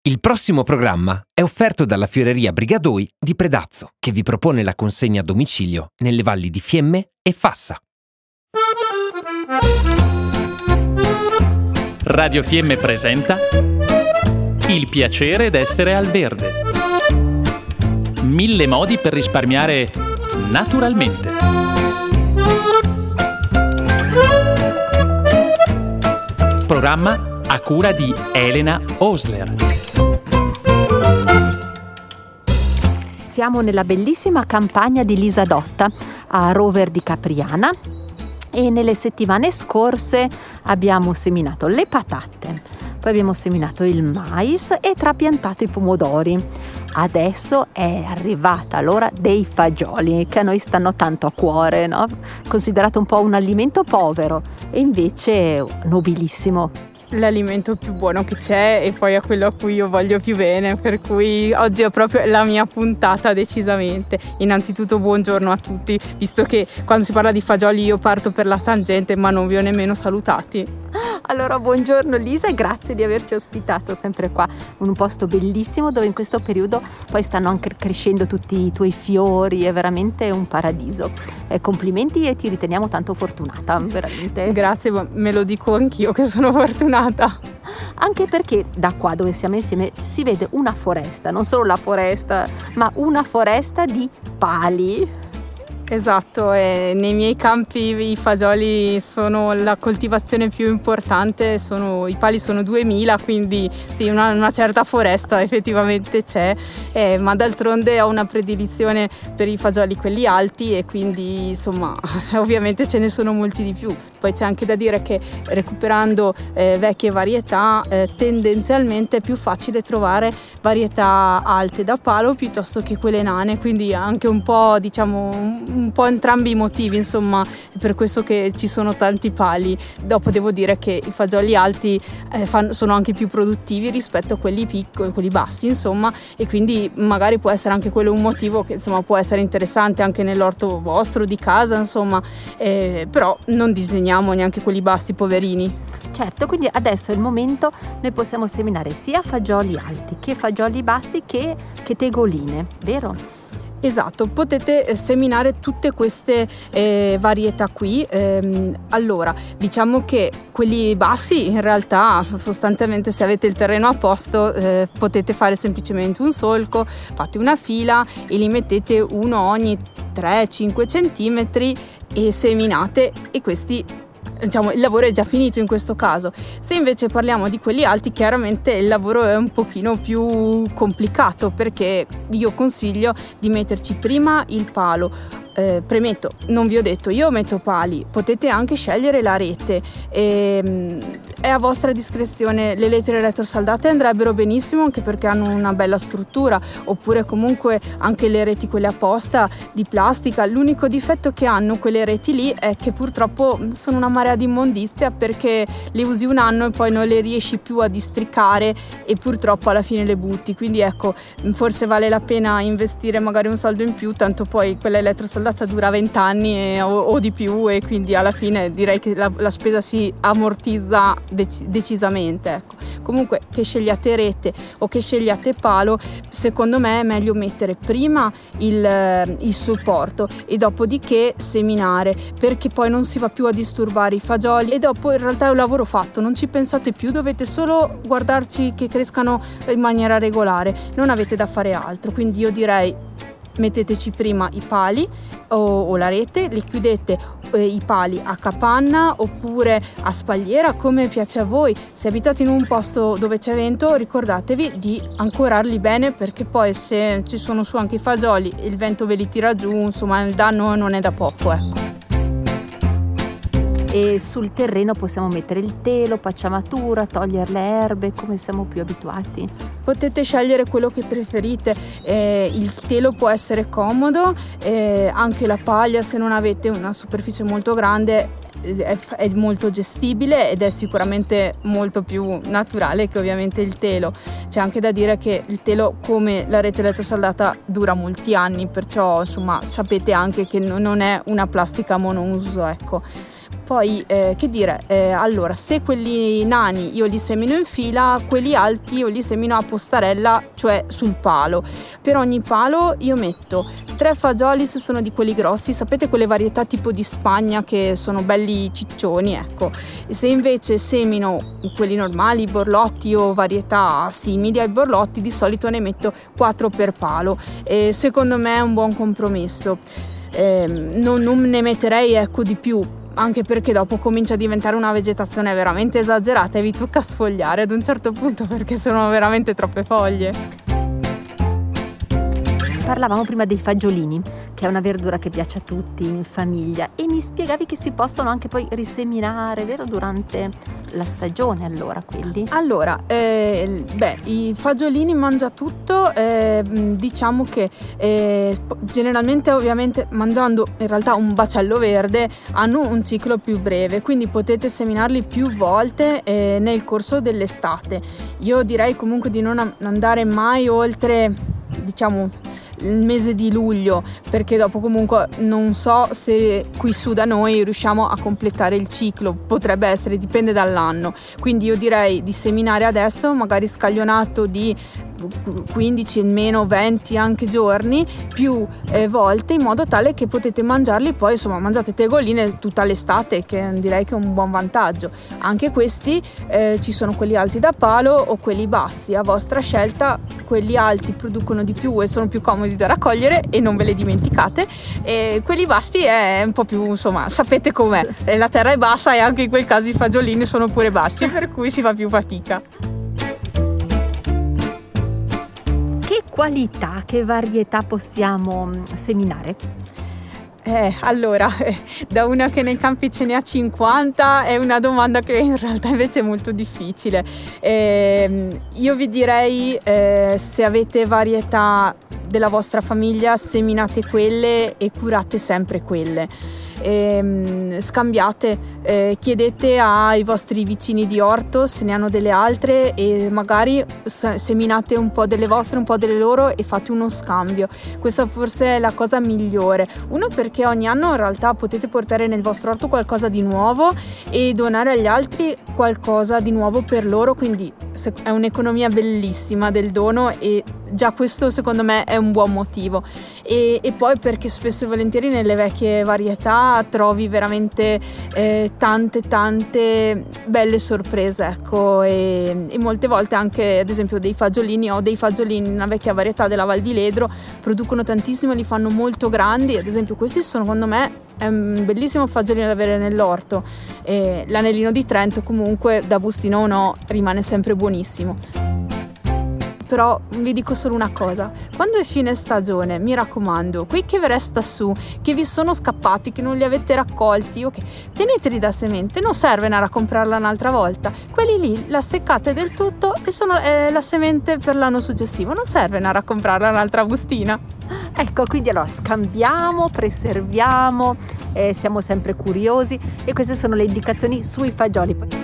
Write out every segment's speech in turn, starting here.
Il prossimo programma è offerto dalla Fioreria Brigadoi di Predazzo, che vi propone la consegna a domicilio nelle valli di Fiemme e Fassa. Radio Fiemme presenta Il piacere d'essere al verde. 1000 modi per risparmiare naturalmente. Programma a cura di Elena Osler. Siamo nella bellissima campagna di Lisa Dotta a Rover di Capriana e nelle settimane scorse abbiamo seminato le patate, poi abbiamo seminato il mais e trapiantato i pomodori. Adesso è arrivata l'ora dei fagioli, che a noi stanno tanto a cuore, no? Considerato un po' un alimento povero e invece nobilissimo. L'alimento più buono che c'è e poi è quello a cui io voglio più bene, per cui oggi è proprio la mia puntata decisamente. Innanzitutto buongiorno a tutti, visto che quando si parla di fagioli io parto per la tangente ma non vi ho nemmeno salutati. Allora buongiorno Lisa e grazie di averci ospitato sempre qua, un posto bellissimo dove in questo periodo poi stanno anche crescendo tutti i tuoi fiori, è veramente un paradiso. Complimenti e ti riteniamo tanto fortunata, veramente. Grazie, ma me lo dico anch'io che sono fortunata. Anche perché da qua dove siamo insieme si vede una foresta, non solo la foresta, ma una foresta di pali. Esatto, e nei miei campi i fagioli sono la coltivazione più importante, i pali sono 2000, quindi sì, una certa foresta effettivamente c'è, ma d'altronde ho una predilizione per i fagioli quelli alti e quindi insomma ovviamente ce ne sono molti di più. Poi c'è anche da dire che recuperando vecchie varietà tendenzialmente è più facile trovare varietà alte da palo piuttosto che quelle nane, quindi anche un po' un po' entrambi i motivi, insomma, è per questo che ci sono tanti pali. Dopo devo dire che i fagioli alti sono anche più produttivi rispetto a quelli piccoli, quelli bassi, insomma, e quindi magari può essere anche quello un motivo che insomma può essere interessante anche nell'orto vostro di casa, insomma, però non disegniamo neanche quelli bassi, poverini. Certo, quindi adesso è il momento, noi possiamo seminare sia fagioli alti che fagioli bassi che tegoline, vero? Esatto, potete seminare tutte queste varietà qui. Allora, diciamo che quelli bassi in realtà sostanzialmente se avete il terreno a posto potete fare semplicemente un solco, fate una fila e li mettete uno ogni 3-5 centimetri e seminate, e questi diciamo il lavoro è già finito in questo caso. Se invece parliamo di quelli alti, chiaramente il lavoro è un pochino più complicato, perché io consiglio di metterci prima il palo. Premetto, non vi ho detto, io metto pali, potete anche scegliere la rete, è a vostra discrezione. Le lettere elettrosaldate andrebbero benissimo anche perché hanno una bella struttura, oppure comunque anche le reti quelle apposta di plastica. L'unico difetto che hanno quelle reti lì è che purtroppo sono una marea di immondizia, perché le usi un anno e poi non le riesci più a districare e purtroppo alla fine le butti. Quindi ecco, forse vale la pena investire magari un soldo in più, tanto poi quella elettrosaldata dura 20 anni o di più, e quindi alla fine direi che la spesa si ammortizza decisamente, ecco. Comunque, che scegliate rete o che scegliate palo, secondo me è meglio mettere prima il supporto e dopodiché seminare, perché poi non si va più a disturbare i fagioli e dopo in realtà è un lavoro fatto, non ci pensate più, dovete solo guardarci che crescano in maniera regolare, non avete da fare altro. Quindi io direi metteteci prima i pali o la rete, li chiudete i pali a capanna oppure a spalliera, come piace a voi. Se abitate in un posto dove c'è vento, ricordatevi di ancorarli bene, perché poi se ci sono su anche i fagioli il vento ve li tira giù, insomma il danno non è da poco, ecco. E sul terreno possiamo mettere il telo, pacciamatura, togliere le erbe, come siamo più abituati. Potete scegliere quello che preferite, il telo può essere comodo, anche la paglia se non avete una superficie molto grande è molto gestibile ed è sicuramente molto più naturale che ovviamente il telo. C'è anche da dire che il telo, come la rete elettrosaldata, dura molti anni, perciò insomma sapete anche che non è una plastica monouso, ecco. Poi allora se quelli nani io li semino in fila, quelli alti io li semino a postarella, cioè sul palo. Per ogni palo io metto 3 fagioli se sono di quelli grossi, sapete quelle varietà tipo di Spagna che sono belli ciccioni, ecco. Se invece semino quelli normali, borlotti o varietà simili ai borlotti, di solito ne metto 4 per palo. Secondo me è un buon compromesso. Non ne metterei di più, anche perché dopo comincia a diventare una vegetazione veramente esagerata e vi tocca sfogliare ad un certo punto perché sono veramente troppe foglie. Parlavamo prima dei fagiolini, che è una verdura che piace a tutti in famiglia, e mi spiegavi che si possono anche poi riseminare, vero, durante la stagione, allora quelli? Allora, i fagiolini mangia tutto, diciamo che generalmente ovviamente mangiando in realtà un bacello verde hanno un ciclo più breve, quindi potete seminarli più volte nel corso dell'estate. Io direi comunque di non andare mai oltre, diciamo, il mese di luglio, perché dopo comunque non so se qui su da noi riusciamo a completare il ciclo, potrebbe essere, dipende dall'anno, quindi io direi di seminare adesso, magari scaglionato di 15, almeno 20 anche giorni, più volte, in modo tale che potete mangiarli poi, insomma, mangiate tegoline tutta l'estate, che direi che è un buon vantaggio. Anche questi ci sono quelli alti da palo o quelli bassi, a vostra scelta. Quelli alti producono di più e sono più comodi da raccogliere e non ve le dimenticate, e quelli bassi è un po' più, insomma, sapete com'è, la terra è bassa e anche in quel caso i fagiolini sono pure bassi, per cui si fa più fatica. Che qualità, che varietà possiamo seminare? Allora, da una che nei campi ce ne ha 50 è una domanda che in realtà invece è molto difficile. Io vi direi, se avete varietà della vostra famiglia, seminate quelle e curate sempre quelle. Scambiate, chiedete ai vostri vicini di orto se ne hanno delle altre e magari seminate un po' delle vostre, un po' delle loro e fate uno scambio. Questa forse è la cosa migliore. Uno, perché ogni anno in realtà potete portare nel vostro orto qualcosa di nuovo e donare agli altri qualcosa di nuovo per loro, quindi è un'economia bellissima del dono e già questo secondo me è un buon motivo. E poi perché spesso e volentieri nelle vecchie varietà trovi veramente tante belle sorprese, ecco, e molte volte anche, ad esempio, dei fagiolini, ho dei fagiolini in una vecchia varietà della Val di Ledro, producono tantissimo, li fanno molto grandi, ad esempio questi secondo me è un bellissimo fagiolino da avere nell'orto. L'anellino di Trento comunque, da bustino o no, rimane sempre buonissimo. Però vi dico solo una cosa: quando è fine stagione, mi raccomando, quei che vi resta su, che vi sono scappati, che non li avete raccolti, teneteli da semente, non serve andare a comprarla un'altra volta, quelli lì la seccate del tutto e sono la semente per l'anno successivo, non serve andare a comprarla un'altra bustina. Ecco, quindi allora scambiamo, preserviamo, siamo sempre curiosi, e queste sono le indicazioni sui fagioli.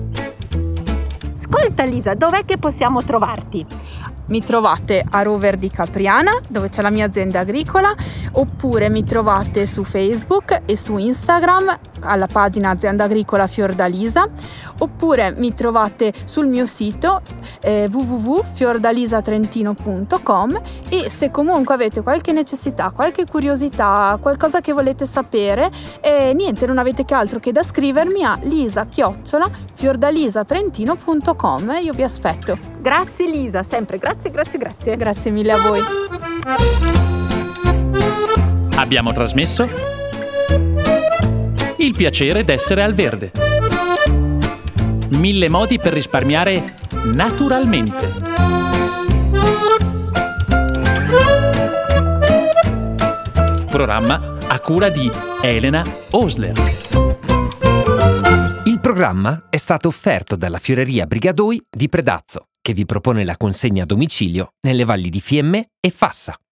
Ascolta Lisa, dov'è che possiamo trovarti? Mi trovate a Rover di Capriana, dove c'è la mia azienda agricola, oppure mi trovate su Facebook e su Instagram alla pagina Azienda Agricola Fiordalisa, oppure mi trovate sul mio sito www.fiordalisatrentino.com, e se comunque avete qualche necessità, qualche curiosità, qualcosa che volete sapere, niente, non avete che altro che da scrivermi a lisa@fiordalisatrentino.com. Io vi aspetto. Grazie Lisa, sempre grazie. Grazie mille a voi. Abbiamo trasmesso Il piacere d'essere al verde. 1000 modi per risparmiare naturalmente. Programma a cura di Elena Osler. Il programma è stato offerto dalla Fioreria Brigadoi di Predazzo, che vi propone la consegna a domicilio nelle valli di Fiemme e Fassa.